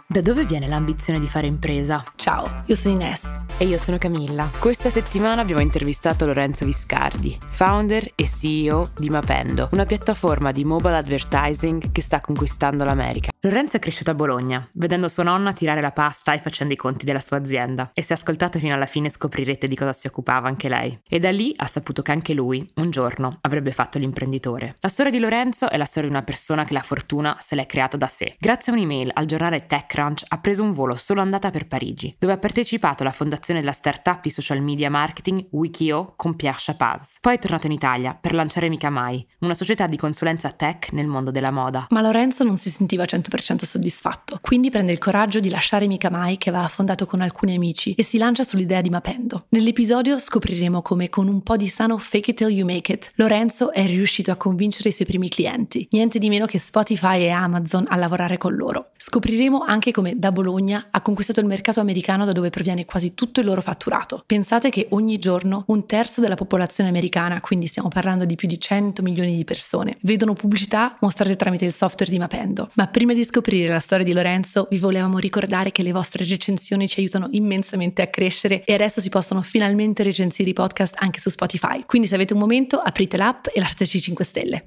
Da dove viene l'ambizione di fare impresa? Ciao, io sono Ines. E io sono Camilla. Questa settimana abbiamo intervistato Lorenzo Viscardi, founder e CEO di Mapendo, una piattaforma di mobile advertising che sta conquistando l'America. Lorenzo è cresciuto a Bologna, vedendo sua nonna tirare la pasta e facendo i conti della sua azienda. E se ascoltate fino alla fine scoprirete di cosa si occupava anche lei. E da lì ha saputo che anche lui, un giorno, avrebbe fatto l'imprenditore. La storia di Lorenzo è la storia di una persona che la fortuna se l'è creata da sé. Grazie a un'email al giornale TechCrunch ha preso un volo solo andata per Parigi, dove ha partecipato alla fondazione della startup di social media marketing Wikio con Pierre Chapaz. Poi è tornato in Italia per lanciare Mica Mai, una società di consulenza tech nel mondo della moda. Ma Lorenzo non si sentiva 100% soddisfatto, quindi prende il coraggio di lasciare Mica Mai, che aveva fondato con alcuni amici, e si lancia sull'idea di Mapendo. Nell'episodio scopriremo come, con un po' di sano fake it till you make it, Lorenzo è riuscito a convincere i suoi primi clienti, niente di meno che Spotify e Amazon, a lavorare con loro. Scopriremo anche come da Bologna ha conquistato il mercato americano, da dove proviene quasi tutto il loro fatturato. Pensate che ogni giorno un terzo della popolazione americana, quindi stiamo parlando di più di 100 milioni di persone, vedono pubblicità mostrate tramite il software di Mapendo. Ma prima di scoprire la storia di Lorenzo, vi volevamo ricordare che le vostre recensioni ci aiutano immensamente a crescere e adesso si possono finalmente recensire i podcast anche su Spotify. Quindi se avete un momento, aprite l'app e lasciateci 5 stelle.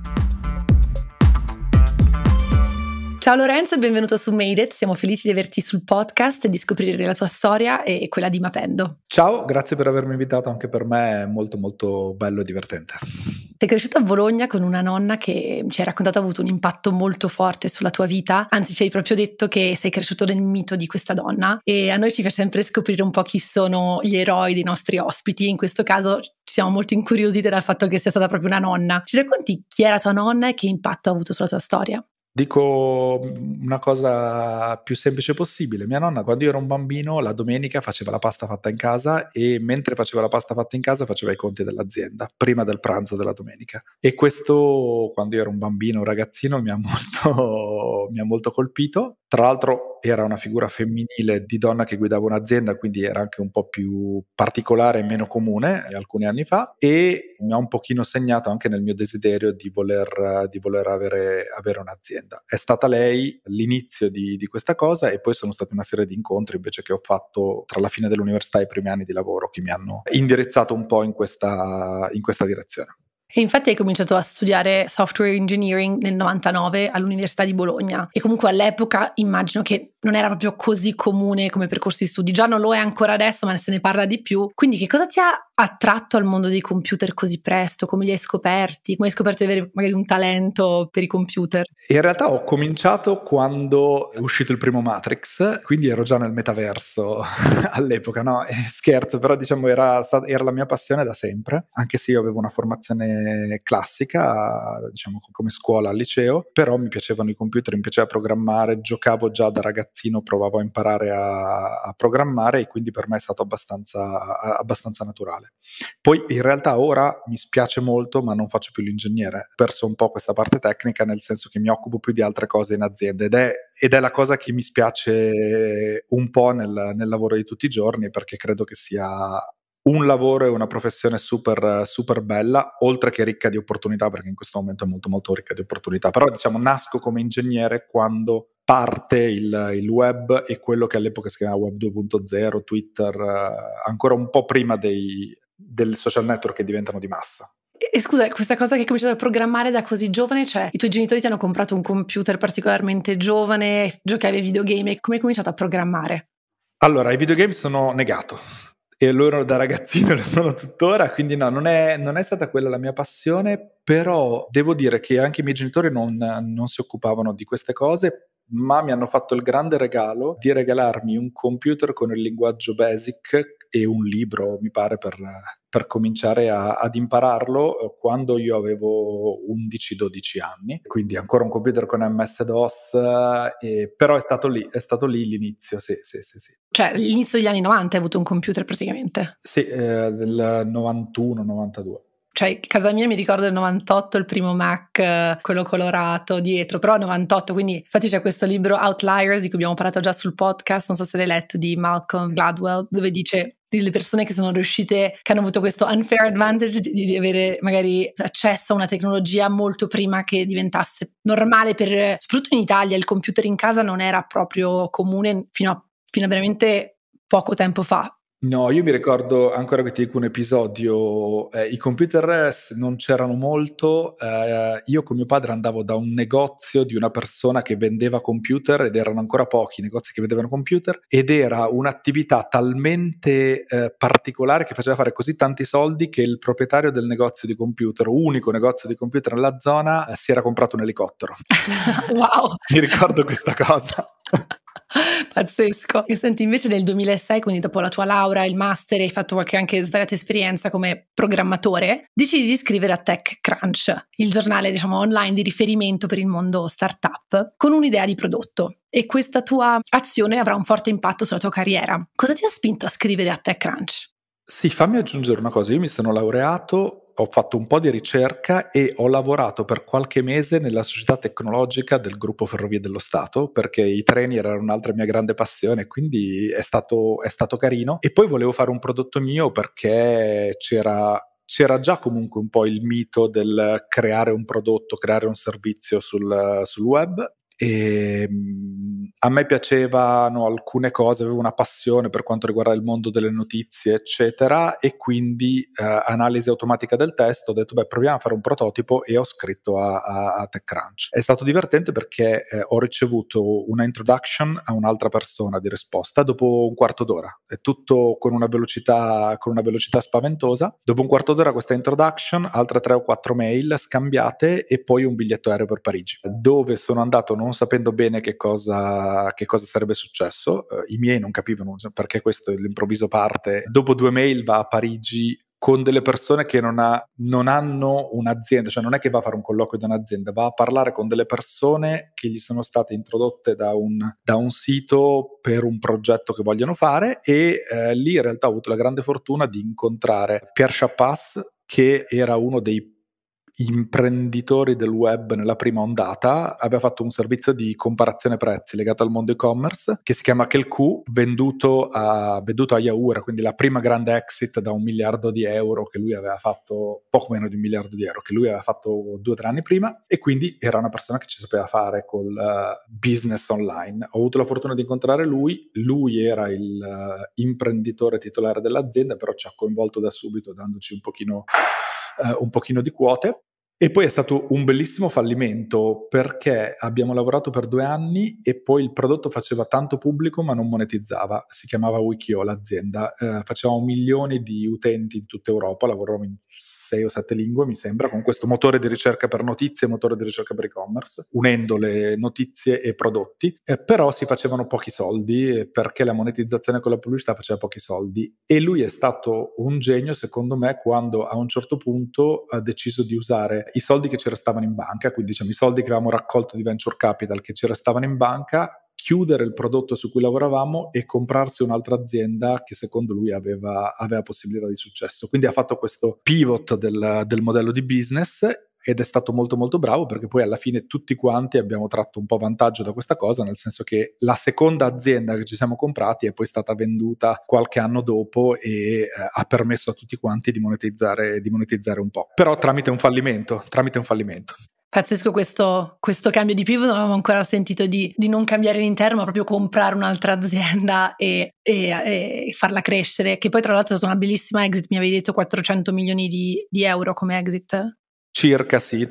Ciao Lorenzo e benvenuto su Made It, siamo felici di averti sul podcast e di scoprire la tua storia e quella di Mapendo. Ciao, grazie per avermi invitato, anche per me è molto molto bello e divertente. Sei cresciuto a Bologna con una nonna che ci hai raccontato ha avuto un impatto molto forte sulla tua vita, anzi ci hai proprio detto che sei cresciuto nel mito di questa donna e a noi ci fa sempre scoprire un po' chi sono gli eroi dei nostri ospiti. In questo caso ci siamo molto incuriosite dal fatto che sia stata proprio una nonna. Ci racconti chi era tua nonna e che impatto ha avuto sulla tua storia? Dico una cosa più semplice possibile. Mia nonna, quando io ero un bambino, la domenica faceva la pasta fatta in casa e mentre faceva la pasta fatta in casa faceva i conti dell'azienda, prima del pranzo della domenica. E questo, quando io ero un bambino, un ragazzino, mi ha molto colpito. Tra l'altro era una figura femminile di donna che guidava un'azienda, quindi era anche un po' più particolare e meno comune alcuni anni fa, e mi ha un pochino segnato anche nel mio desiderio di voler avere un'azienda. È stata lei l'inizio di questa cosa e poi sono stati una serie di incontri invece che ho fatto tra la fine dell'università e i primi anni di lavoro che mi hanno indirizzato un po' in questa direzione. E infatti hai cominciato a studiare software engineering nel 99 all'Università di Bologna e comunque all'epoca immagino che non era proprio così comune come percorso di studi, già non lo è ancora adesso ma se ne parla di più, quindi che cosa ti ha attratto al mondo dei computer così presto? Come li hai scoperti? Come hai scoperto di avere magari un talento per i computer? In realtà ho cominciato quando è uscito il primo Matrix, quindi ero già nel metaverso all'epoca, no? Scherzo, però diciamo era la mia passione da sempre, anche se io avevo una formazione classica, diciamo come scuola al liceo, però mi piacevano i computer, mi piaceva programmare, giocavo già da ragazzino, provavo a imparare a programmare e quindi per me è stato abbastanza naturale. Poi in realtà ora mi spiace molto, ma non faccio più l'ingegnere, ho perso un po' questa parte tecnica, nel senso che mi occupo più di altre cose in azienda ed è la cosa che mi spiace un po' nel lavoro di tutti i giorni, perché credo che sia un lavoro e una professione super, super bella, oltre che ricca di opportunità, perché in questo momento è molto molto ricca di opportunità. Però diciamo nasco come ingegnere quando parte il web e quello che all'epoca si chiamava Web 2.0, Twitter, ancora un po' prima del social network che diventano di massa. E scusa, questa cosa che hai cominciato a programmare da così giovane, cioè i tuoi genitori ti hanno comprato un computer particolarmente giovane, giocavi ai videogame, come hai cominciato a programmare? Allora, ai videogame sono negato. E loro da ragazzino lo sono tuttora, quindi no, non è stata quella la mia passione, però devo dire che anche i miei genitori non si occupavano di queste cose, ma mi hanno fatto il grande regalo di regalarmi un computer con il linguaggio BASIC e un libro, mi pare, per cominciare ad impararlo quando io avevo 11-12 anni, quindi ancora un computer con MS-DOS, però è stato lì l'inizio, sì. Cioè l'inizio degli anni 90 hai avuto un computer praticamente? Sì, del 91-92. Cioè, casa mia mi ricordo del 98 il primo Mac, quello colorato dietro, però 98, quindi infatti c'è questo libro Outliers di cui abbiamo parlato già sul podcast, non so se l'hai letto, di Malcolm Gladwell, dove dice delle persone che sono riuscite, che hanno avuto questo unfair advantage di avere magari accesso a una tecnologia molto prima che diventasse normale soprattutto in Italia il computer in casa non era proprio comune fino a veramente poco tempo fa. No, io mi ricordo ancora che ti dico un episodio, i computer non c'erano molto, io con mio padre andavo da un negozio di una persona che vendeva computer ed erano ancora pochi i negozi che vendevano computer ed era un'attività talmente particolare che faceva fare così tanti soldi che il proprietario del negozio di computer, unico negozio di computer nella zona, si era comprato un elicottero. Wow! Mi ricordo questa cosa. Pazzesco. E senti, invece nel 2006, quindi dopo la tua laurea, il master, hai fatto qualche anche svariata esperienza come programmatore, decidi di iscrivere a TechCrunch, il giornale diciamo online di riferimento per il mondo startup, con un'idea di prodotto. E questa tua azione avrà un forte impatto sulla tua carriera. Cosa ti ha spinto a scrivere a TechCrunch? Sì, fammi aggiungere una cosa, io mi sono laureato, ho fatto un po' di ricerca e ho lavorato per qualche mese nella società tecnologica del gruppo Ferrovie dello Stato, perché i treni erano un'altra mia grande passione, quindi è stato carino. E poi volevo fare un prodotto mio perché c'era già comunque un po' il mito del creare un prodotto, creare un servizio sul web. E a me piacevano alcune cose, avevo una passione per quanto riguarda il mondo delle notizie eccetera e quindi analisi automatica del testo, ho detto beh proviamo a fare un prototipo e ho scritto a TechCrunch. È stato divertente perché ho ricevuto una introduction a un'altra persona di risposta dopo un quarto d'ora, è tutto con una velocità spaventosa. Dopo un quarto d'ora questa introduction, altre 3 o 4 mail scambiate e poi un biglietto aereo per Parigi, dove sono andato non sapendo bene che cosa sarebbe successo. I miei non capivano perché questo l'improvviso parte. Dopo 2 mail va a Parigi con delle persone che non hanno un'azienda, cioè non è che va a fare un colloquio da un'azienda, va a parlare con delle persone che gli sono state introdotte da un sito per un progetto che vogliono fare e lì in realtà ho avuto la grande fortuna di incontrare Pierre Chapas, che era uno dei imprenditori del web nella prima ondata, aveva fatto un servizio di comparazione prezzi legato al mondo e-commerce che si chiama Kelku, venduto a Yahoo, era quindi la prima grande exit da €1 miliardo che lui aveva fatto, poco meno di €1 miliardo che lui aveva fatto 2 o 3 anni prima, e quindi era una persona che ci sapeva fare col business online. Ho avuto la fortuna di incontrare lui era il imprenditore titolare dell'azienda, però ci ha coinvolto da subito dandoci un pochino di quote. E poi è stato un bellissimo fallimento perché abbiamo lavorato per 2 anni e poi il prodotto faceva tanto pubblico ma non monetizzava. Si chiamava Wikio l'azienda, facevamo milioni di utenti in tutta Europa, lavoravamo in 6 o 7 lingue mi sembra, con questo motore di ricerca per notizie e motore di ricerca per e-commerce, unendo le notizie e prodotti, però si facevano pochi soldi perché la monetizzazione con la pubblicità faceva pochi soldi. E lui è stato un genio secondo me quando a un certo punto ha deciso di usare i soldi che ci restavano in banca, quindi diciamo i soldi che avevamo raccolto di venture capital che ci restavano in banca, chiudere il prodotto su cui lavoravamo e comprarsi un'altra azienda che secondo lui aveva possibilità di successo. Quindi ha fatto questo pivot del modello di business ed è stato molto molto bravo perché poi alla fine tutti quanti abbiamo tratto un po' vantaggio da questa cosa, nel senso che la seconda azienda che ci siamo comprati è poi stata venduta qualche anno dopo e ha permesso a tutti quanti di monetizzare un po', però tramite un fallimento. Pazzesco questo cambio di pivot, non avevamo ancora sentito di non cambiare l'interno, ma proprio comprare un'altra azienda e farla crescere, che poi tra l'altro è stata una bellissima exit, mi avevi detto 400 milioni di euro come exit? Circa sì,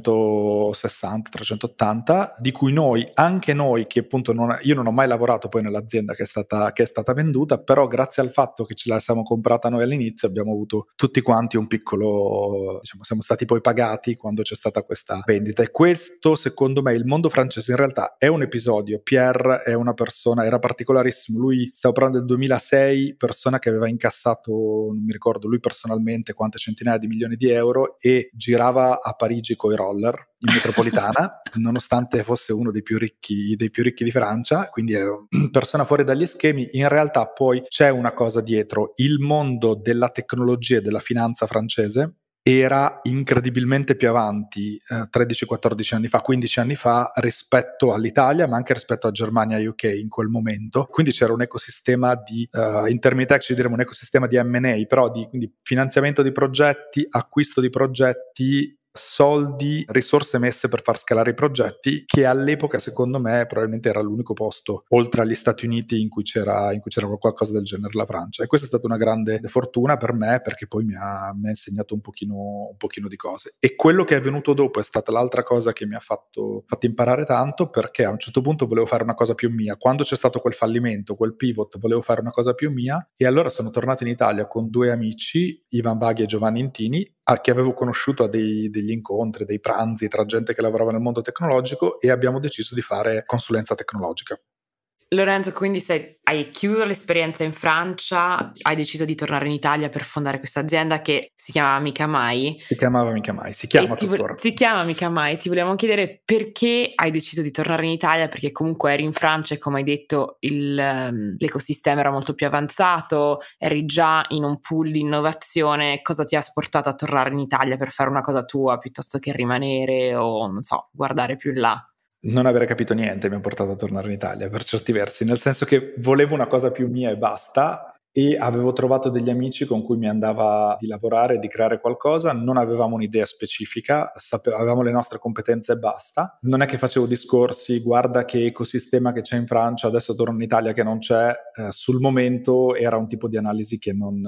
360, 380, di cui anche noi che appunto io non ho mai lavorato poi nell'azienda che è stata venduta, però grazie al fatto che ce la siamo comprata noi all'inizio abbiamo avuto tutti quanti un piccolo, diciamo, siamo stati poi pagati quando c'è stata questa vendita. E questo secondo me, il mondo francese in realtà è un episodio. Pierre è una persona, era particolarissimo, lui stavo parlando del 2006, persona che aveva incassato, non mi ricordo lui personalmente quante centinaia di milioni di euro e girava a Parigi coi roller in metropolitana nonostante fosse uno dei più ricchi di Francia, quindi è una persona fuori dagli schemi. In realtà poi c'è una cosa dietro: il mondo della tecnologia e della finanza francese era incredibilmente più avanti 13-14 anni fa, 15 anni fa rispetto all'Italia, ma anche rispetto a Germania e UK in quel momento. Quindi c'era un ecosistema di, in termini tecnici diremo un ecosistema di M&A, però quindi finanziamento di progetti, acquisto di progetti, soldi, risorse messe per far scalare i progetti, che all'epoca secondo me probabilmente era l'unico posto oltre agli Stati Uniti in cui c'era qualcosa del genere, la Francia. E questa è stata una grande fortuna per me, perché poi mi ha insegnato un pochino di cose. E quello che è venuto dopo è stata l'altra cosa che mi ha fatto imparare tanto, perché a un certo punto volevo fare una cosa più mia. Quando c'è stato quel fallimento, quel pivot, volevo fare una cosa più mia, e allora sono tornato in Italia con 2 amici, Ivan Vaghi e Giovanni Intini, che avevo conosciuto a degli incontri, dei pranzi tra gente che lavorava nel mondo tecnologico, e abbiamo deciso di fare consulenza tecnologica. Lorenzo, quindi hai chiuso l'esperienza in Francia, hai deciso di tornare in Italia per fondare questa azienda che si chiama Mica Mai. Si chiamava Mica Mai, si chiama tuttora. Si chiama Mica Mai. Ti volevamo chiedere perché hai deciso di tornare in Italia, perché comunque eri in Francia e, come hai detto, l'ecosistema era molto più avanzato, eri già in un pool di innovazione. Cosa ti ha sportato a tornare in Italia per fare una cosa tua piuttosto che rimanere o, non so, guardare più in là? Non avere capito niente mi ha portato a tornare in Italia, per certi versi, nel senso che volevo una cosa più mia e basta, e avevo trovato degli amici con cui mi andava di lavorare, di creare qualcosa. Non avevamo un'idea specifica, avevamo le nostre competenze e basta. Non è che facevo discorsi, guarda che ecosistema che c'è in Francia, adesso torno in Italia che non c'è. Sul momento era un tipo di analisi che non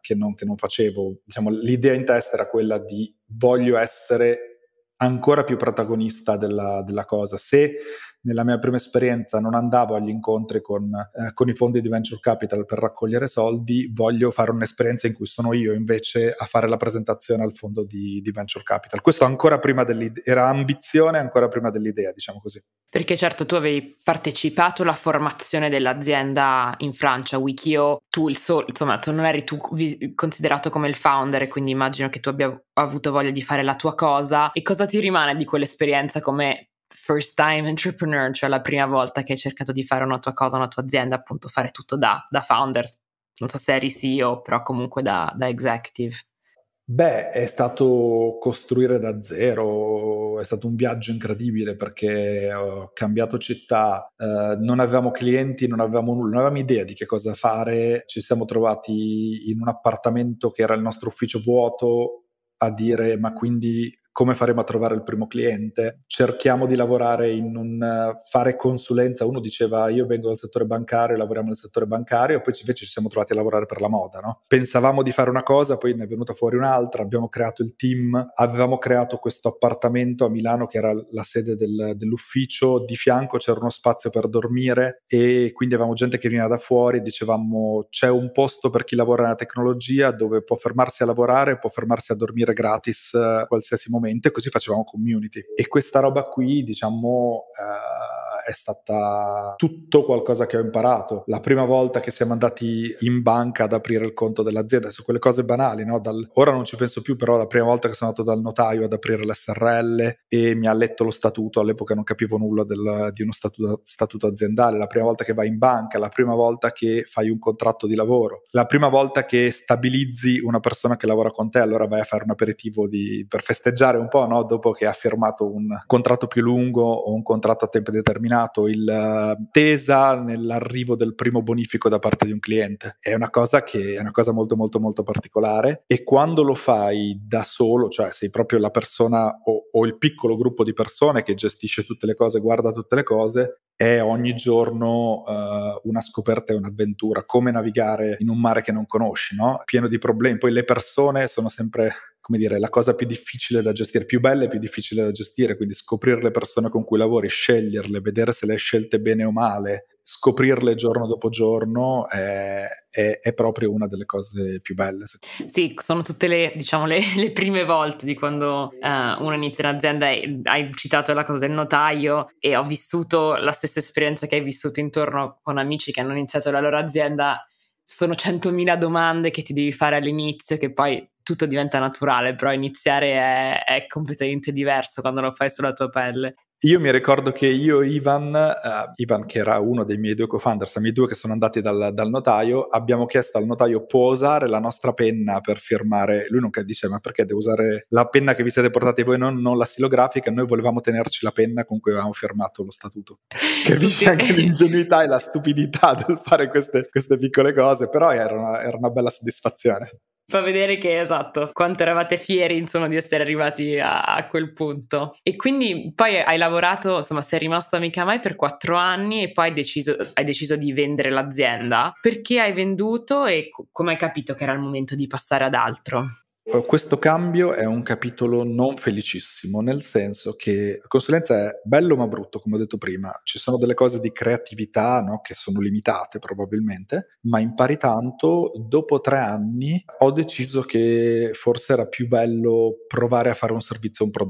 facevo. Diciamo, l'idea in testa era quella di voglio essere ancora più protagonista della cosa. Se nella mia prima esperienza non andavo agli incontri con i fondi di venture capital per raccogliere soldi, voglio fare un'esperienza in cui sono io invece a fare la presentazione al fondo di venture capital. Questo ancora prima dell'idea, era ambizione ancora prima dell'idea, diciamo così. Perché certo, tu avevi partecipato alla formazione dell'azienda in Francia, Wikio, insomma, tu non eri considerato come il founder, e quindi immagino che tu abbia avuto voglia di fare la tua cosa. E cosa ti rimane di quell'esperienza come first time entrepreneur, cioè la prima volta che hai cercato di fare una tua cosa, una tua azienda, appunto fare tutto da founder? Non so se eri CEO, però comunque da executive. Beh, è stato costruire da zero, è stato un viaggio incredibile, perché ho cambiato città, non avevamo clienti, non avevamo nulla, non avevamo idea di che cosa fare. Ci siamo trovati in un appartamento che era il nostro ufficio vuoto, a dire ma quindi come faremo a trovare il primo cliente? Cerchiamo di lavorare fare consulenza. Uno diceva io vengo dal settore bancario, lavoriamo nel settore bancario, poi invece ci siamo trovati a lavorare per la moda, no? Pensavamo di fare una cosa, poi ne è venuta fuori un'altra, abbiamo creato il team, avevamo creato questo appartamento a Milano che era la sede dell'ufficio, di fianco c'era uno spazio per dormire, e quindi avevamo gente che veniva da fuori, dicevamo c'è un posto per chi lavora nella tecnologia dove può fermarsi a lavorare, può fermarsi a dormire gratis qualsiasi momento, e così facevamo community. E questa roba qui, diciamo, è stata tutto qualcosa che ho imparato. La prima volta che siamo andati in banca ad aprire il conto dell'azienda, su quelle cose banali, no? Ora non ci penso più, però la prima volta che sono andato dal notaio ad aprire l'SRL e mi ha letto lo statuto, all'epoca non capivo nulla di uno statuto aziendale, la prima volta che vai in banca, la prima volta che fai un contratto di lavoro, la prima volta che stabilizzi una persona che lavora con te, allora vai a fare un aperitivo per festeggiare un po', no? Dopo che ha firmato un contratto più lungo o un contratto a tempo determinato, tesa nell'arrivo del primo bonifico da parte di un cliente. È una cosa molto molto molto particolare, e quando lo fai da solo, cioè sei proprio la persona o il piccolo gruppo di persone che gestisce tutte le cose, guarda tutte le cose, è ogni giorno una scoperta e un'avventura, come navigare in un mare che non conosci, no? Pieno di problemi. Poi le persone sono sempre, come dire, la cosa più difficile da gestire, più bella e più difficile da gestire, quindi scoprire le persone con cui lavori, sceglierle, vedere se le hai scelte bene o male, scoprirle giorno dopo giorno è proprio una delle cose più belle. Sì, sono tutte le prime volte di quando uno inizia un'azienda. Hai citato la cosa del notaio, e ho vissuto la stessa esperienza che hai vissuto intorno con amici che hanno iniziato la loro azienda. Sono 100.000 domande che ti devi fare all'inizio, che poi tutto diventa naturale, però iniziare è completamente diverso quando lo fai sulla tua pelle. Io mi ricordo che io e Ivan che era uno dei miei 2 co-founders, i miei 2 che sono andati dal notaio, abbiamo chiesto al notaio: può usare la nostra penna per firmare? Lui non dice: ma perché devo usare la penna che vi siete portati voi, non la stilografica? Noi volevamo tenerci la penna con cui avevamo firmato lo statuto. Capisci anche l'ingenuità e la stupidità del fare queste piccole cose, però era una bella soddisfazione. Fa vedere che, esatto, quanto eravate fieri, insomma, di essere arrivati a quel punto. E quindi poi hai lavorato, insomma, sei rimasto a Micamai per 4 anni e poi hai deciso di vendere l'azienda. Perché hai venduto e come hai capito che era il momento di passare ad altro? Questo cambio è un capitolo non felicissimo, nel senso che la consulenza è bello ma brutto, come ho detto prima. Ci sono delle cose di creatività, no, che sono limitate probabilmente, ma impari tanto. Dopo 3 anni ho deciso che forse era più bello provare a fare un servizio, un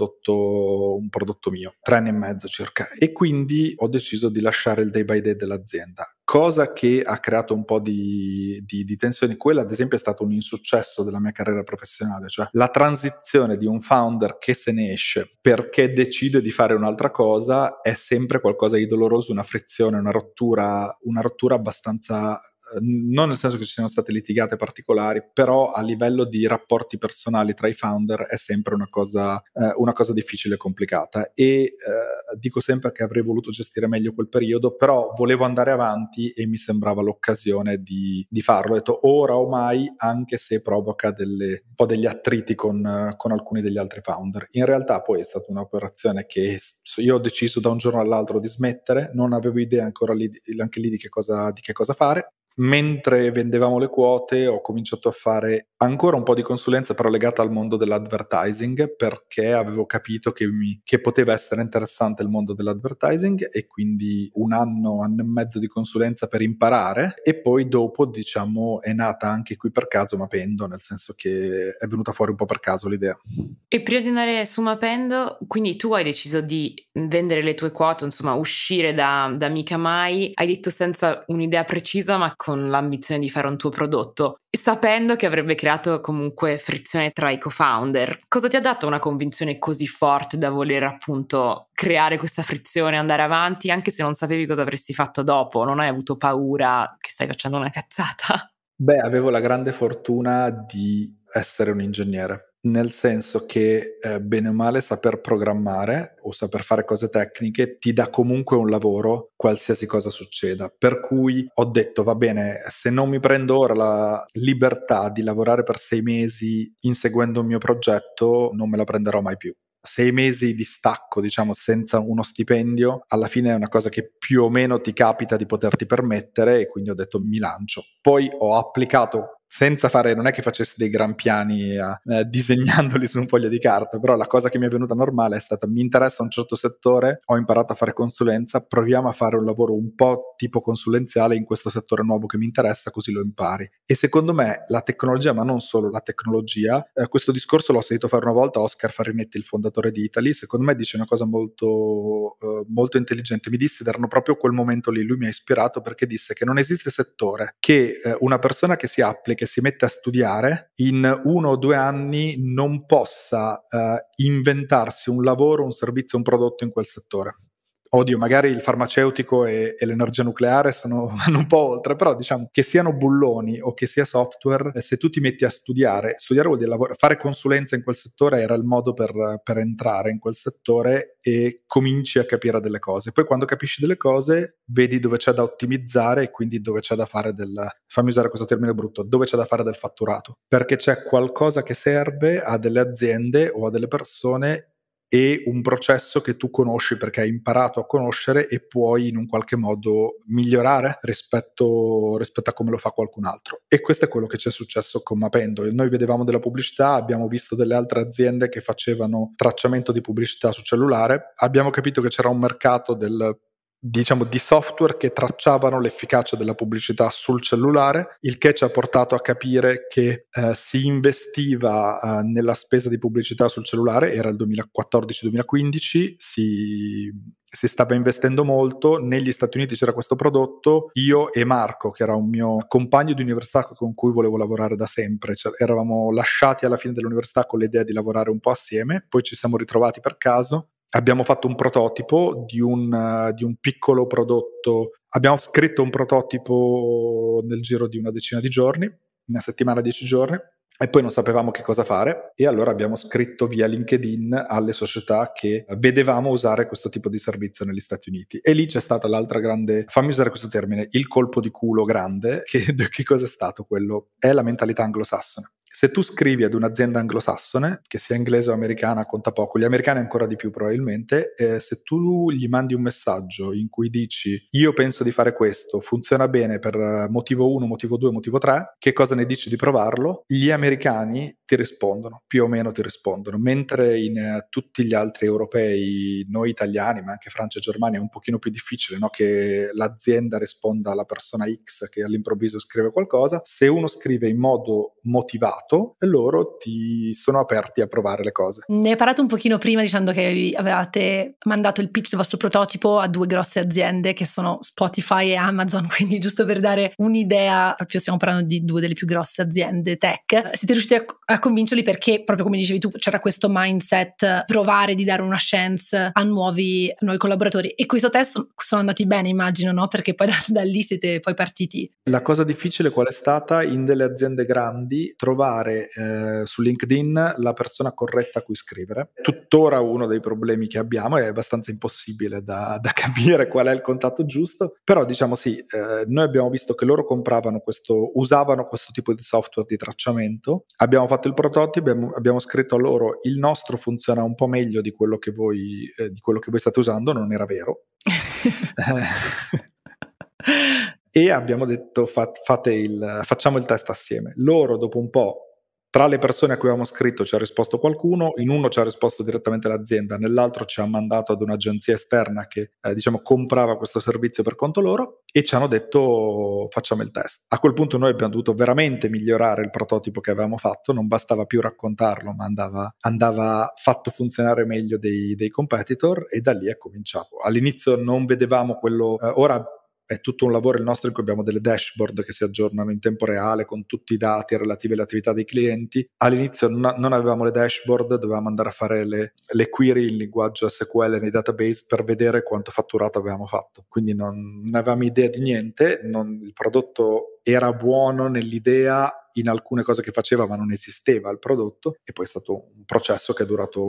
prodotto mio. 3 anni e mezzo circa. E quindi ho deciso di lasciare il day by day dell'azienda. Cosa che ha creato un po' di tensioni. Quella, ad esempio, è stato un insuccesso della mia carriera professionale, cioè la transizione di un founder che se ne esce perché decide di fare un'altra cosa è sempre qualcosa di doloroso, una frizione, una rottura abbastanza, non nel senso che ci siano state litigate particolari, però a livello di rapporti personali tra i founder è sempre una cosa difficile e complicata. E dico sempre che avrei voluto gestire meglio quel periodo, però volevo andare avanti e mi sembrava l'occasione di farlo. Ho detto ora o mai, anche se provoca un po' degli attriti con alcuni degli altri founder. In realtà poi è stata un'operazione che io ho deciso da un giorno all'altro di smettere, non avevo idea ancora anche lì di che cosa fare. Mentre vendevamo le quote ho cominciato a fare ancora un po' di consulenza, però legata al mondo dell'advertising, perché avevo capito che poteva essere interessante il mondo dell'advertising, e quindi 1 anno e mezzo di consulenza per imparare. E poi dopo, diciamo, è nata anche qui per caso Mapendo, nel senso che è venuta fuori un po' per caso l'idea. E prima di andare su Mapendo, quindi tu hai deciso di vendere le tue quote, insomma uscire da Micamai, hai detto senza un'idea precisa ma con l'ambizione di fare un tuo prodotto, sapendo che avrebbe creato comunque frizione tra i co-founder. Cosa ti ha dato una convinzione così forte da voler appunto creare questa frizione, andare avanti, anche se non sapevi cosa avresti fatto dopo? Non hai avuto paura che stai facendo una cazzata? Beh, avevo la grande fortuna di essere un ingegnere, nel senso che bene o male saper programmare o saper fare cose tecniche ti dà comunque un lavoro qualsiasi cosa succeda, per cui ho detto va bene, se non mi prendo ora la libertà di lavorare per 6 mesi inseguendo un mio progetto, non me la prenderò mai più. 6 mesi di stacco, diciamo, senza uno stipendio, alla fine è una cosa che più o meno ti capita di poterti permettere, e quindi ho detto mi lancio. Poi ho applicato senza fare, non è che facessi dei gran piani disegnandoli su un foglio di carta, però la cosa che mi è venuta normale è stata: mi interessa un certo settore, ho imparato a fare consulenza, proviamo a fare un lavoro un po' tipo consulenziale in questo settore nuovo che mi interessa, così lo impari. E secondo me la tecnologia, ma non solo la tecnologia, questo discorso l'ho sentito fare una volta Oscar Farinetti, il fondatore di Italy, secondo me dice una cosa molto intelligente. Mi disse, ed erano proprio quel momento lì, lui mi ha ispirato perché disse che non esiste settore che una persona che si applica, che si mette a studiare, in 1 o 2 anni non possa inventarsi un lavoro, un servizio, un prodotto in quel settore. Oddio, magari il farmaceutico e l'energia nucleare vanno un po' oltre, però diciamo che siano bulloni o che sia software, se tu ti metti a studiare vuol dire fare consulenza in quel settore era il modo per entrare in quel settore e cominci a capire delle cose. Poi quando capisci delle cose vedi dove c'è da ottimizzare e quindi dove c'è da fare fammi usare questo termine brutto, dove c'è da fare del fatturato, perché c'è qualcosa che serve a delle aziende o a delle persone e un processo che tu conosci perché hai imparato a conoscere e puoi in un qualche modo migliorare rispetto a come lo fa qualcun altro. E questo è quello che ci è successo con Mapendo. Noi vedevamo della pubblicità, abbiamo visto delle altre aziende che facevano tracciamento di pubblicità su cellulare, abbiamo capito che c'era un mercato di software che tracciavano l'efficacia della pubblicità sul cellulare, il che ci ha portato a capire che si investiva nella spesa di pubblicità sul cellulare, era il 2014-2015, si stava investendo molto. Negli Stati Uniti c'era questo prodotto, io e Marco, che era un mio compagno di università con cui volevo lavorare da sempre, eravamo lasciati alla fine dell'università con l'idea di lavorare un po' assieme, poi ci siamo ritrovati per caso. Abbiamo fatto un prototipo di un piccolo prodotto. Abbiamo scritto un prototipo nel giro di una decina di giorni, una settimana, 10 giorni, e poi non sapevamo che cosa fare, e allora abbiamo scritto via LinkedIn alle società che vedevamo usare questo tipo di servizio negli Stati Uniti. E lì c'è stata l'altra grande, fammi usare questo termine, il colpo di culo grande. Che cosa è stato quello? È la mentalità anglosassone. Se tu scrivi ad un'azienda anglosassone, che sia inglese o americana, conta poco, gli americani ancora di più probabilmente, se tu gli mandi un messaggio in cui dici io penso di fare questo, funziona bene per motivo 1, motivo 2, motivo 3, che cosa ne dici di provarlo? Gli americani ti rispondono, più o meno ti rispondono, mentre in tutti gli altri europei, noi italiani, ma anche Francia e Germania, è un pochino più difficile, no? Che l'azienda risponda alla persona X che all'improvviso scrive qualcosa. Se uno scrive in modo motivato, loro ti sono aperti a provare le cose. Ne hai parlato un pochino prima dicendo che avevate mandato il pitch del vostro prototipo a 2 grosse aziende che sono Spotify e Amazon, quindi giusto per dare un'idea, proprio stiamo parlando di 2 delle più grosse aziende tech. Siete riusciti a convincerli perché, proprio come dicevi tu, c'era questo mindset, provare di dare una chance a nuovi collaboratori, e questo test sono andati bene, immagino, no? Perché poi da lì siete poi partiti. La cosa difficile qual è stata? In delle aziende grandi trovare su LinkedIn la persona corretta a cui scrivere. Tuttora uno dei problemi che abbiamo, è abbastanza impossibile da capire qual è il contatto giusto, però diciamo sì, noi abbiamo visto che loro usavano questo tipo di software di tracciamento, abbiamo fatto il prototipo, abbiamo scritto a loro il nostro funziona un po' meglio di quello che voi state usando, non era vero. E abbiamo detto facciamo il test assieme. Loro dopo un po', tra le persone a cui avevamo scritto ci ha risposto qualcuno, in uno ci ha risposto direttamente l'azienda, nell'altro ci ha mandato ad un'agenzia esterna che comprava questo servizio per conto loro, e ci hanno detto facciamo il test. A quel punto noi abbiamo dovuto veramente migliorare il prototipo che avevamo fatto, non bastava più raccontarlo, ma andava fatto funzionare meglio dei competitor, e da lì è cominciato. All'inizio non vedevamo quello, ora è tutto un lavoro il nostro in cui abbiamo delle dashboard che si aggiornano in tempo reale con tutti i dati relativi alle attività dei clienti. All'inizio non avevamo le dashboard, dovevamo andare a fare le query in linguaggio SQL nei database per vedere quanto fatturato avevamo fatto. Quindi non avevamo idea di niente, il prodotto era buono nell'idea, in alcune cose che faceva, ma non esisteva il prodotto, e poi è stato un processo che è durato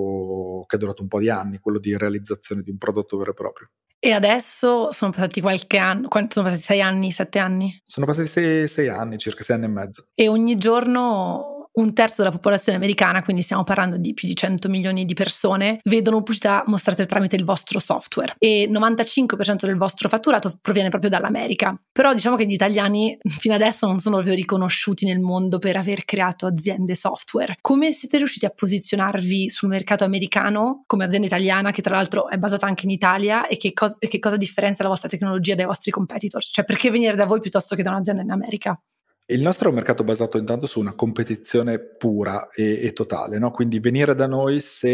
un po' di anni, quello di realizzazione di un prodotto vero e proprio. E adesso sono passati qualche anno, quanto sono passati? 6 anni, 7 anni? Sono passati 6 anni, circa 6 anni e mezzo. E ogni giorno 1/3 della popolazione americana, quindi stiamo parlando di più di 100 milioni di persone, vedono pubblicità mostrate tramite il vostro software, e 95% del vostro fatturato proviene proprio dall'America. Però diciamo che gli italiani fino adesso non sono proprio riconosciuti nel mondo per aver creato aziende software. Come siete riusciti a posizionarvi sul mercato americano come azienda italiana, che tra l'altro è basata anche in Italia, e che cosa differenzia la vostra tecnologia dai vostri competitors? Cioè, perché venire da voi piuttosto che da un'azienda in America? Il nostro è un mercato basato intanto su una competizione pura e totale, no? Quindi venire da noi se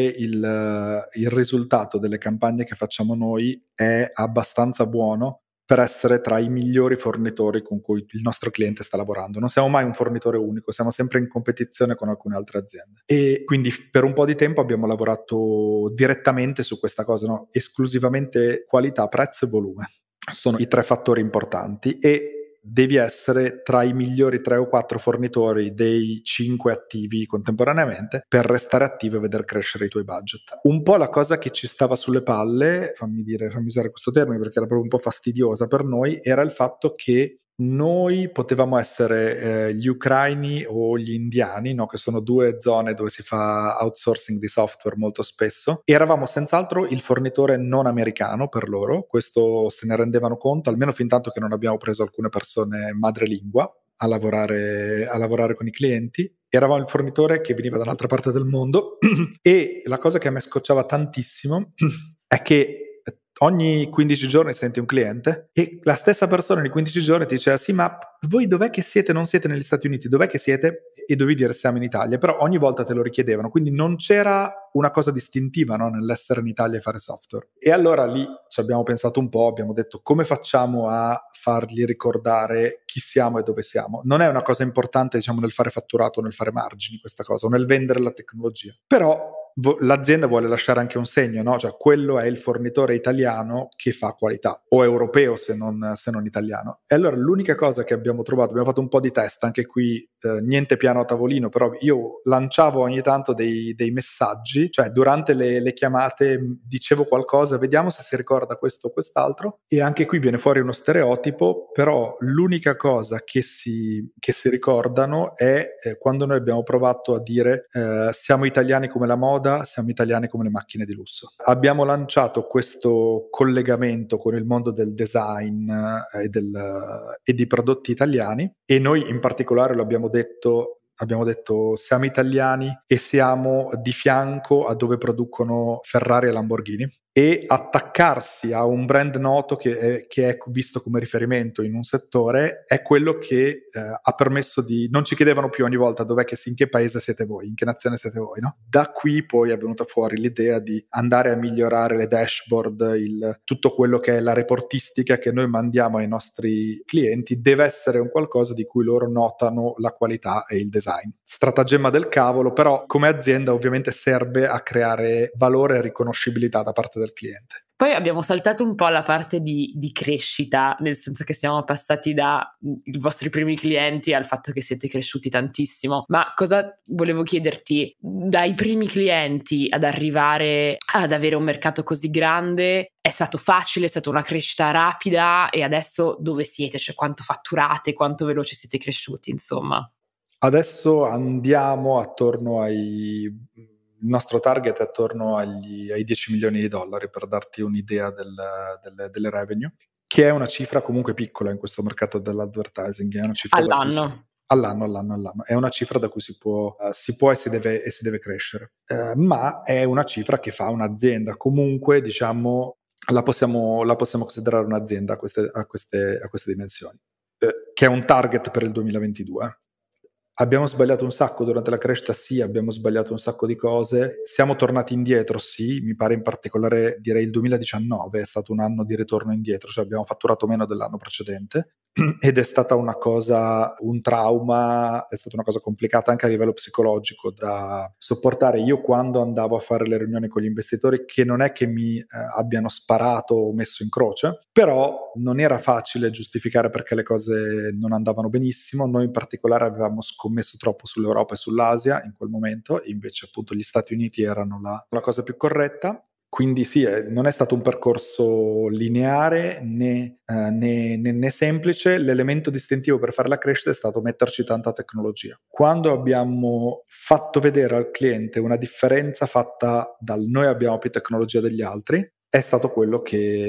il risultato delle campagne che facciamo noi è abbastanza buono per essere tra i migliori fornitori con cui il nostro cliente sta lavorando. Non siamo mai un fornitore unico, siamo sempre in competizione con alcune altre aziende. E quindi per un po' di tempo abbiamo lavorato direttamente su questa cosa, no? Esclusivamente qualità, prezzo e volume. Sono i 3 fattori importanti, e devi essere tra i migliori 3 o 4 fornitori dei 5 attivi contemporaneamente per restare attivo e veder crescere i tuoi budget. Un po' la cosa che ci stava sulle palle, fammi usare questo termine perché era proprio un po' fastidiosa per noi, era il fatto che noi potevamo essere gli ucraini o gli indiani, no? Che sono 2 zone dove si fa outsourcing di software molto spesso. Eravamo senz'altro il fornitore non americano per loro, questo se ne rendevano conto, almeno fin tanto che non abbiamo preso alcune persone madrelingua a lavorare con i clienti. Eravamo il fornitore che veniva da un'altra parte del mondo e la cosa che a me scocciava tantissimo è che ogni 15 giorni senti un cliente e la stessa persona ogni 15 giorni ti dice sì, ma voi dov'è che siete? Non siete negli Stati Uniti, dov'è che siete? E dovevi dire siamo in Italia, però ogni volta te lo richiedevano, quindi non c'era una cosa distintiva, no? Nell'essere in Italia e fare software. E allora lì ci abbiamo pensato un po', abbiamo detto come facciamo a fargli ricordare chi siamo e dove siamo. Non è una cosa importante, diciamo, nel fare fatturato o nel fare margini questa cosa, o nel vendere la tecnologia, però l'azienda vuole lasciare anche un segno, no? Cioè quello è il fornitore italiano che fa qualità, o europeo se non italiano. E allora l'unica cosa che abbiamo trovato, abbiamo fatto un po' di test, anche qui niente piano a tavolino, però io lanciavo ogni tanto dei messaggi, cioè durante le chiamate dicevo qualcosa, vediamo se si ricorda questo o quest'altro, e anche qui viene fuori uno stereotipo, però l'unica cosa che si ricordano è quando noi abbiamo provato a dire siamo italiani come la moda, siamo italiani come le macchine di lusso. Abbiamo lanciato questo collegamento con il mondo del design e di prodotti italiani, e noi in particolare abbiamo detto siamo italiani e siamo di fianco a dove producono Ferrari e Lamborghini, e attaccarsi a un brand noto che è visto come riferimento in un settore è quello che ha permesso di... non ci chiedevano più ogni volta in che paese siete voi, in che nazione siete voi, no? Da qui poi è venuta fuori l'idea di andare a migliorare le dashboard, tutto quello che è la reportistica che noi mandiamo ai nostri clienti deve essere un qualcosa di cui loro notano la qualità e il design. Stratagemma del cavolo, però come azienda ovviamente serve a creare valore e riconoscibilità da parte del cliente. Poi abbiamo saltato un po' la parte di crescita, nel senso che siamo passati dai vostri primi clienti al fatto che siete cresciuti tantissimo. Ma cosa volevo chiederti? Dai primi clienti ad arrivare ad avere un mercato così grande, è stato facile, è stata una crescita rapida, e adesso dove siete? Cioè quanto fatturate, quanto veloce siete cresciuti, insomma? Adesso andiamo attorno il nostro target è attorno ai 10 milioni di dollari, per darti un'idea delle revenue, che è una cifra comunque piccola in questo mercato dell'advertising. È una cifra All'anno? All'anno. È una cifra da cui si può e si deve crescere. Ma è una cifra che fa un'azienda. Comunque, diciamo, la possiamo considerare un'azienda a queste dimensioni, che è un target per il 2022. Abbiamo sbagliato un sacco durante la crescita, sì, abbiamo sbagliato un sacco di cose, siamo tornati indietro, sì, mi pare in particolare direi il 2019 è stato un anno di ritorno indietro, cioè abbiamo fatturato meno dell'anno precedente, ed è stata un trauma, è stata una cosa complicata anche a livello psicologico da sopportare. Io quando andavo a fare le riunioni con gli investitori, che non è che mi abbiano sparato o messo in croce, però non era facile giustificare perché le cose non andavano benissimo. Noi in particolare avevamo scommesso troppo sull'Europa e sull'Asia in quel momento, e invece appunto gli Stati Uniti erano la cosa più corretta. Quindi sì, non è stato un percorso lineare né semplice. L'elemento distintivo per fare la crescita è stato metterci tanta tecnologia. Quando abbiamo fatto vedere al cliente una differenza fatta dal noi abbiamo più tecnologia degli altri, è stato quello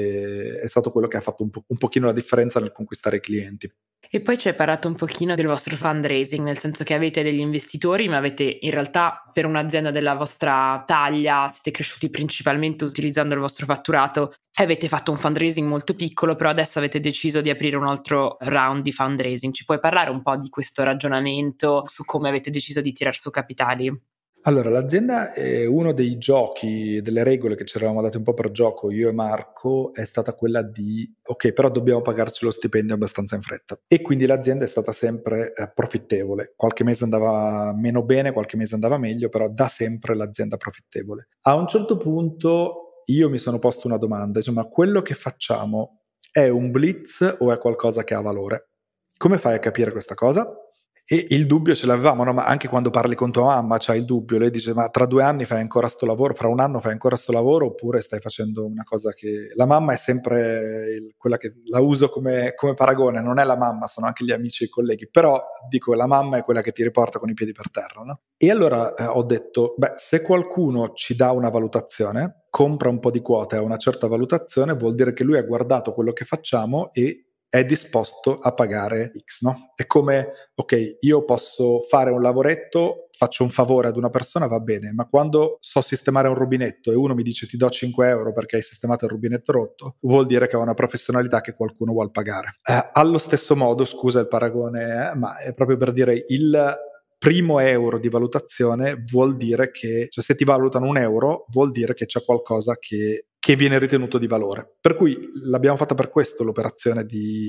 che ha fatto un pochino la differenza nel conquistare i clienti. E poi ci hai parlato un pochino del vostro fundraising, nel senso che avete degli investitori, ma avete in realtà, per un'azienda della vostra taglia, siete cresciuti principalmente utilizzando il vostro fatturato e avete fatto un fundraising molto piccolo, però adesso avete deciso di aprire un altro round di fundraising. Ci puoi parlare un po' di questo ragionamento, su come avete deciso di tirar su capitali? Allora, l'azienda, uno dei giochi, delle regole che ci eravamo dati un po' per gioco io e Marco, è stata quella di ok, però dobbiamo pagarci lo stipendio abbastanza in fretta, e quindi l'azienda è stata sempre profittevole. Qualche mese andava meno bene, qualche mese andava meglio, però da sempre l'azienda profittevole. A un certo punto io mi sono posto una domanda, insomma, quello che facciamo è un blitz o è qualcosa che ha valore? Come fai a capire questa cosa? E il dubbio ce l'avevamo, no? Ma anche quando parli con tua mamma c'hai il dubbio, lei dice ma tra 2 anni fai ancora sto lavoro, fra un anno fai ancora sto lavoro, oppure stai facendo una cosa che... La mamma è sempre quella che la uso come paragone, non è la mamma, sono anche gli amici e i colleghi, però dico la mamma è quella che ti riporta con i piedi per terra, no? E allora ho detto, beh, se qualcuno ci dà una valutazione, compra un po' di quote a una certa valutazione, vuol dire che lui ha guardato quello che facciamo e è disposto a pagare X, no? È come, ok, io posso fare un lavoretto, faccio un favore ad una persona, va bene, ma quando so sistemare un rubinetto e uno mi dice ti do 5 euro perché hai sistemato il rubinetto rotto, vuol dire che ho una professionalità che qualcuno vuol pagare. Allo stesso modo, scusa il paragone, ma è proprio per dire il primo euro di valutazione vuol dire che, cioè se ti valutano 1 euro, vuol dire che c'è qualcosa che viene ritenuto di valore. Per cui l'abbiamo fatta per questo l'operazione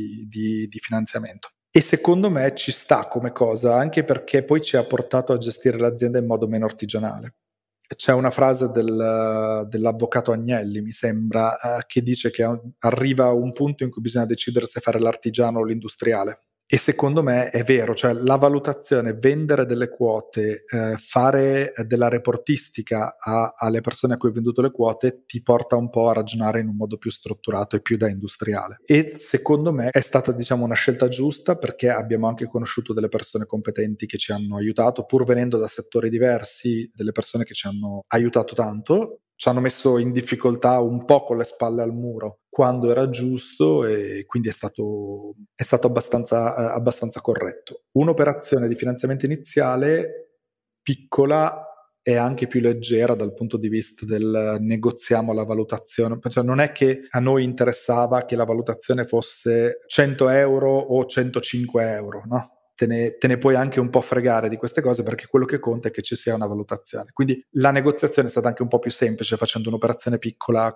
di finanziamento. E secondo me ci sta come cosa, anche perché poi ci ha portato a gestire l'azienda in modo meno artigianale. C'è una frase dell'avvocato Agnelli, mi sembra, che dice che arriva un punto in cui bisogna decidere se fare l'artigiano o l'industriale. E secondo me è vero, cioè la valutazione, vendere delle quote, fare della reportistica alle persone a cui hai venduto le quote ti porta un po' a ragionare in un modo più strutturato e più da industriale. E secondo me è stata, diciamo, una scelta giusta, perché abbiamo anche conosciuto delle persone competenti che ci hanno aiutato, pur venendo da settori diversi, delle persone che ci hanno aiutato tanto. Ci hanno messo in difficoltà un po' con le spalle al muro quando era giusto, e quindi è stato abbastanza corretto. Un'operazione di finanziamento iniziale piccola è anche più leggera dal punto di vista del negoziamo la valutazione, cioè non è che a noi interessava che la valutazione fosse 100 euro o 105 euro, no? Te ne puoi anche un po' fregare di queste cose, perché quello che conta è che ci sia una valutazione. Quindi la negoziazione è stata anche un po' più semplice facendo un'operazione piccola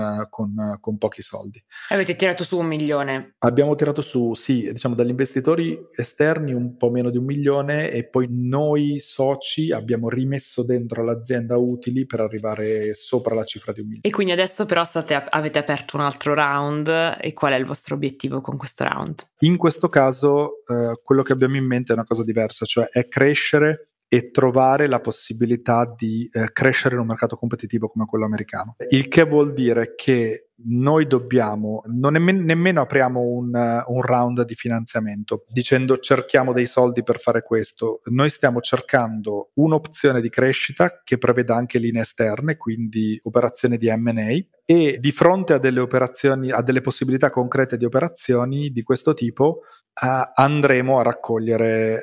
con pochi soldi. Avete tirato su 1 milione? Abbiamo tirato su, sì, diciamo dagli investitori esterni un po' meno di 1 milione, e poi noi soci abbiamo rimesso dentro l'azienda utili per arrivare sopra la cifra di 1 milione. E quindi adesso però avete aperto un altro round, e qual è il vostro obiettivo con questo round? In questo caso quello che abbiamo in mente è una cosa diversa, cioè è crescere e trovare la possibilità di crescere in un mercato competitivo come quello americano. Il che vuol dire che noi dobbiamo, non nemmeno apriamo un round di finanziamento dicendo cerchiamo dei soldi per fare questo. Noi stiamo cercando un'opzione di crescita che preveda anche linee esterne, quindi operazioni di M&A, e di fronte a delle operazioni, a delle possibilità concrete di operazioni di questo tipo, andremo a raccogliere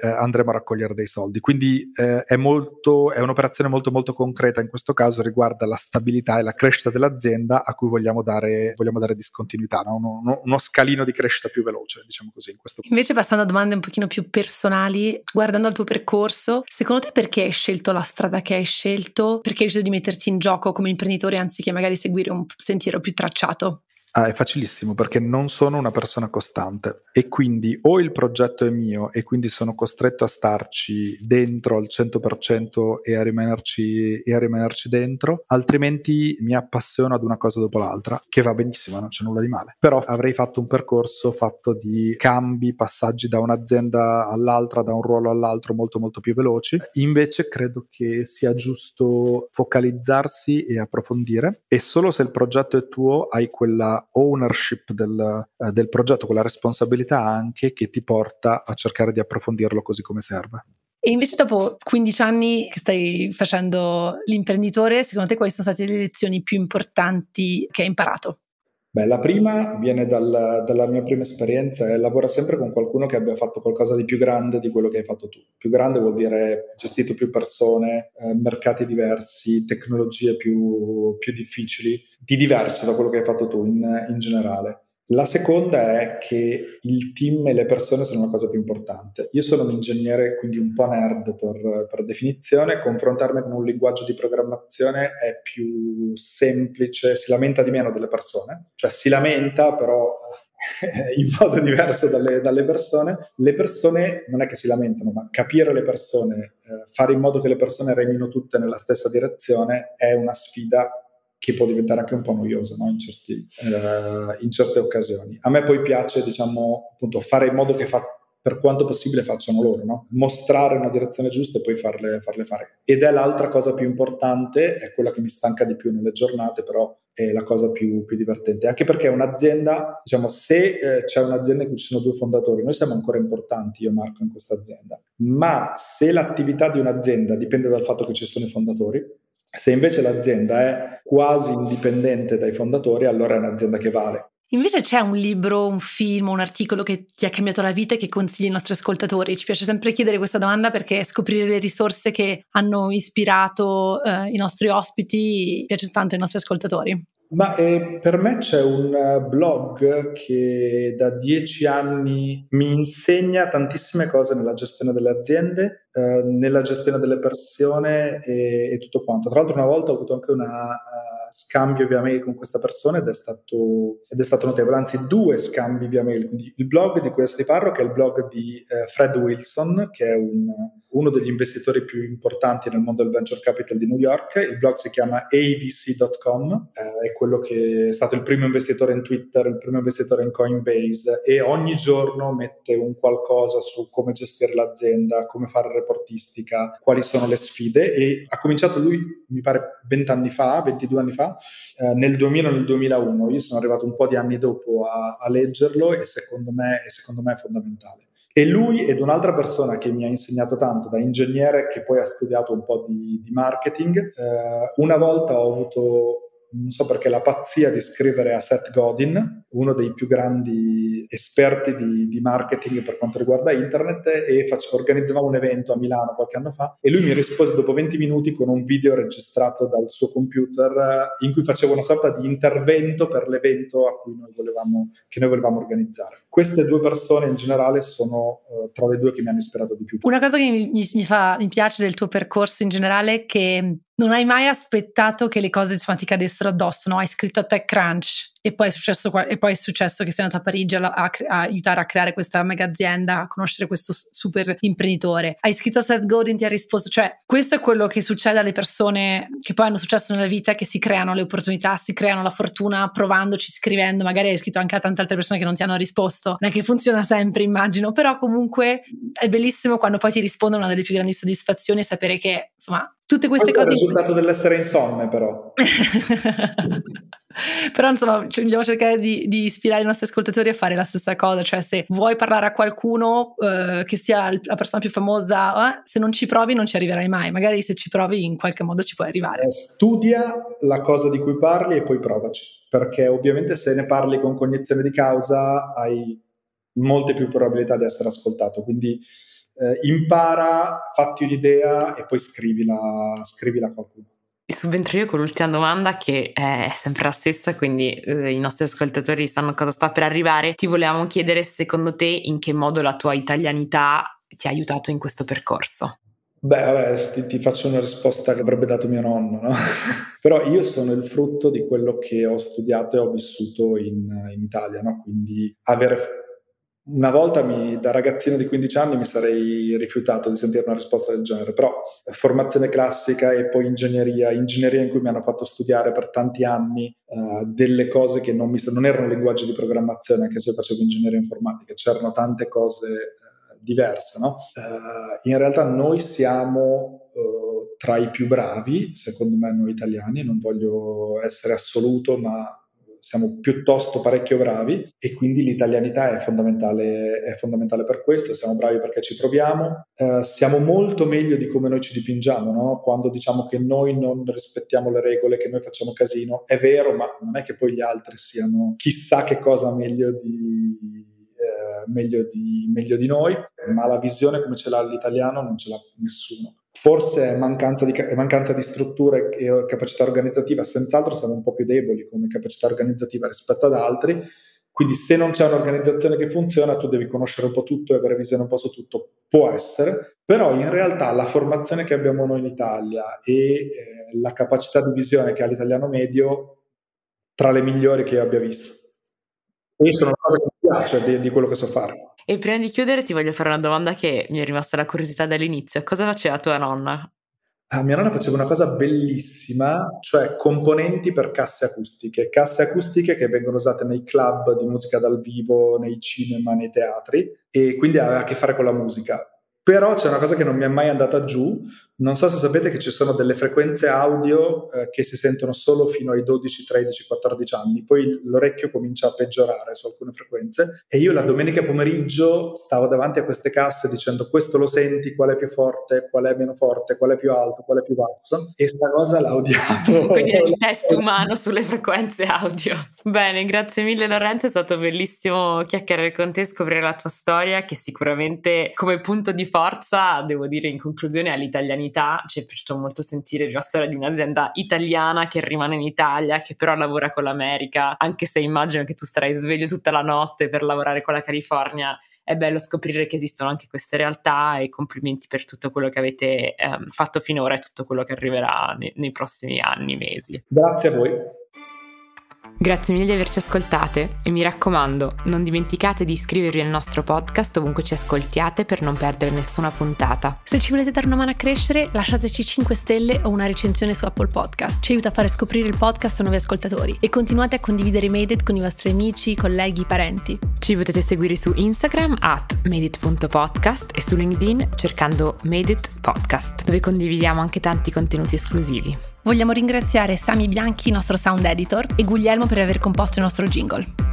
dei soldi. Quindi è un'operazione molto molto concreta, in questo caso riguarda la stabilità e la crescita dell'azienda a cui vogliamo dare discontinuità, no? Uno scalino di crescita più veloce, diciamo così. Invece, passando a domande un pochino più personali, guardando al tuo percorso, secondo te perché hai scelto la strada che hai scelto? Perché hai deciso di metterti in gioco come imprenditore anziché magari seguire un sentiero più tracciato? È facilissimo, perché non sono una persona costante, e quindi o il progetto è mio e quindi sono costretto a starci dentro al 100% e a rimanerci dentro, altrimenti mi appassiono ad una cosa dopo l'altra, che va benissimo, non c'è nulla di male, però avrei fatto un percorso fatto di cambi, passaggi da un'azienda all'altra, da un ruolo all'altro molto molto più veloci. Invece credo che sia giusto focalizzarsi e approfondire, e solo se il progetto è tuo hai quella ownership del progetto, quella responsabilità anche che ti porta a cercare di approfondirlo così come serve. E invece, dopo 15 anni che stai facendo l'imprenditore, secondo te quali sono state le lezioni più importanti che hai imparato? Beh, la prima viene dalla mia prima esperienza, e lavora sempre con qualcuno che abbia fatto qualcosa di più grande di quello che hai fatto tu. Più grande vuol dire gestito più persone, mercati diversi, tecnologie più difficili, di diverso da quello che hai fatto tu in generale. La seconda è che il team e le persone sono la cosa più importante. Io sono un ingegnere, quindi un po' nerd per definizione. Confrontarmi con un linguaggio di programmazione è più semplice, si lamenta di meno delle persone, cioè si lamenta però in modo diverso dalle persone. Le persone non è che si lamentano, ma capire le persone, fare in modo che le persone remino tutte nella stessa direzione è una sfida che può diventare anche un po' noiosa, no? In certe occasioni. A me poi piace, diciamo, appunto, fare in modo che per quanto possibile facciano loro, no? Mostrare una direzione giusta e poi farle fare. Ed è l'altra cosa più importante, è quella che mi stanca di più nelle giornate, però è la cosa più divertente. Anche perché un'azienda, diciamo, se c'è un'azienda in cui ci sono 2 fondatori, noi siamo ancora importanti, io e Marco, in questa azienda, ma se l'attività di un'azienda dipende dal fatto che ci sono i fondatori, se invece l'azienda è quasi indipendente dai fondatori, allora è un'azienda che vale. Invece c'è un libro, un film, un articolo che ti ha cambiato la vita e che consigli ai nostri ascoltatori? Ci piace sempre chiedere questa domanda, perché scoprire le risorse che hanno ispirato i nostri ospiti piace tanto ai nostri ascoltatori. Ma per me c'è un blog che da 10 anni mi insegna tantissime cose nella gestione delle aziende, nella gestione delle persone e tutto quanto. Tra l'altro una volta ho avuto anche una scambio via mail con questa persona ed è stato notevole, anzi 2 scambi via mail. Quindi il blog di cui adesso ti parlo, che è il blog di Fred Wilson, che è uno degli investitori più importanti nel mondo del venture capital di New York. Il blog si chiama avc.com, è quello che è stato il primo investitore in Twitter, il primo investitore in Coinbase, e ogni giorno mette un qualcosa su come gestire l'azienda, come fare reportistica, quali sono le sfide, e ha cominciato lui, mi pare 22 anni fa, nel 2000 o nel 2001. Io sono arrivato un po' di anni dopo a leggerlo e secondo me è fondamentale. E lui ed un'altra persona che mi ha insegnato tanto, da ingegnere che poi ha studiato un po' di marketing, una volta ho avuto, non so perché, la pazzia di scrivere a Seth Godin, uno dei più grandi esperti di marketing per quanto riguarda internet, e organizzavamo un evento a Milano qualche anno fa e lui mi rispose dopo 20 minuti con un video registrato dal suo computer in cui facevo una sorta di intervento per l'evento che noi volevamo organizzare. Queste 2 persone in generale sono tra le 2 che mi hanno ispirato di più. Una cosa che mi piace del tuo percorso in generale è che non hai mai aspettato che le cose ti cadessero addosso, no? Hai scritto a TechCrunch e poi è successo che sei andata a Parigi a aiutare a creare questa mega azienda, a conoscere questo super imprenditore. Hai scritto a Seth Godin, ti ha risposto. Cioè, questo è quello che succede alle persone che poi hanno successo nella vita, che si creano le opportunità, si creano la fortuna provandoci, scrivendo. Magari hai scritto anche a tante altre persone che non ti hanno risposto. Non è che funziona sempre, immagino, però comunque è bellissimo quando poi ti rispondono. Una delle più grandi soddisfazioni è sapere che, insomma, tutte queste Questo cose... è il risultato dell'essere insonne, però. Però insomma dobbiamo cercare di ispirare i nostri ascoltatori a fare la stessa cosa. Cioè, se vuoi parlare a qualcuno che sia la persona più famosa, se non ci provi non ci arriverai mai. Magari se ci provi in qualche modo ci puoi arrivare. Studia la cosa di cui parli e poi provaci, perché ovviamente se ne parli con cognizione di causa hai molte più probabilità di essere ascoltato. Quindi impara, fatti un'idea e poi scrivila a qualcuno. Subentro io con l'ultima domanda, che è sempre la stessa, quindi i nostri ascoltatori sanno cosa sta per arrivare. Ti volevamo chiedere, secondo te, in che modo la tua italianità ti ha aiutato in questo percorso? Beh, vabbè, ti faccio una risposta che avrebbe dato mio nonno, no? Però io sono il frutto di quello che ho studiato e ho vissuto in Italia, no? Quindi una volta da ragazzino di 15 anni mi sarei rifiutato di sentire una risposta del genere, però formazione classica e poi ingegneria in cui mi hanno fatto studiare per tanti anni delle cose che non erano linguaggi di programmazione, anche se io facevo ingegneria informatica, c'erano tante cose diverse, no? In realtà noi siamo tra i più bravi, secondo me, noi italiani, non voglio essere assoluto, ma siamo piuttosto parecchio bravi, e quindi l'italianità è fondamentale per questo. Siamo bravi perché ci proviamo, siamo molto meglio di come noi ci dipingiamo, no? Quando diciamo che noi non rispettiamo le regole, che noi facciamo casino, è vero, ma non è che poi gli altri siano chissà che cosa meglio di noi, ma la visione come ce l'ha l'italiano non ce l'ha nessuno. Forse è mancanza di strutture e capacità organizzativa. Senz'altro siamo un po' più deboli come capacità organizzativa rispetto ad altri, quindi se non c'è un'organizzazione che funziona tu devi conoscere un po' tutto e avere visione un po' su tutto. Può essere, però in realtà la formazione che abbiamo noi in Italia e la capacità di visione che ha l'italiano medio, tra le migliori che io abbia visto. E sono una cosa che mi piace di quello che so fare. E prima di chiudere ti voglio fare una domanda che mi è rimasta la curiosità dall'inizio. Cosa faceva tua nonna? Mia nonna faceva una cosa bellissima, cioè componenti per casse acustiche che vengono usate nei club di musica dal vivo, nei cinema, nei teatri, e quindi aveva a che fare con la musica. Però c'è una cosa che non mi è mai andata giù. Non so se sapete che ci sono delle frequenze audio che si sentono solo fino ai 12, 13, 14 anni, poi l'orecchio comincia a peggiorare su alcune frequenze, e io la domenica pomeriggio stavo davanti a queste casse dicendo: questo lo senti, qual è più forte, qual è meno forte, qual è più alto, qual è più basso, e sta cosa la odiavo. Quindi era il test umano sulle frequenze audio. Bene, grazie mille Lorenzo, è stato bellissimo chiacchierare con te e scoprire la tua storia, che sicuramente come punto di forza, devo dire in conclusione, all'italianità. Ci è piaciuto molto sentire la storia di un'azienda italiana che rimane in Italia, che però lavora con l'America, anche se immagino che tu starai sveglio tutta la notte per lavorare con la California. è bello scoprire che esistono anche queste realtà, e complimenti per tutto quello che avete fatto finora e tutto quello che arriverà nei prossimi anni, mesi. Grazie a voi. Grazie mille di averci ascoltate e mi raccomando, non dimenticate di iscrivervi al nostro podcast ovunque ci ascoltiate per non perdere nessuna puntata. Se ci volete dare una mano a crescere, lasciateci 5 stelle o una recensione su Apple Podcast. Ci aiuta a fare scoprire il podcast a nuovi ascoltatori. E continuate a condividere Made It con i vostri amici, colleghi, parenti. Ci potete seguire su Instagram @madeit.podcast e su LinkedIn cercando Made It Podcast, dove condividiamo anche tanti contenuti esclusivi. Vogliamo ringraziare Sami Bianchi, nostro sound editor, e Guglielmo per aver composto il nostro jingle.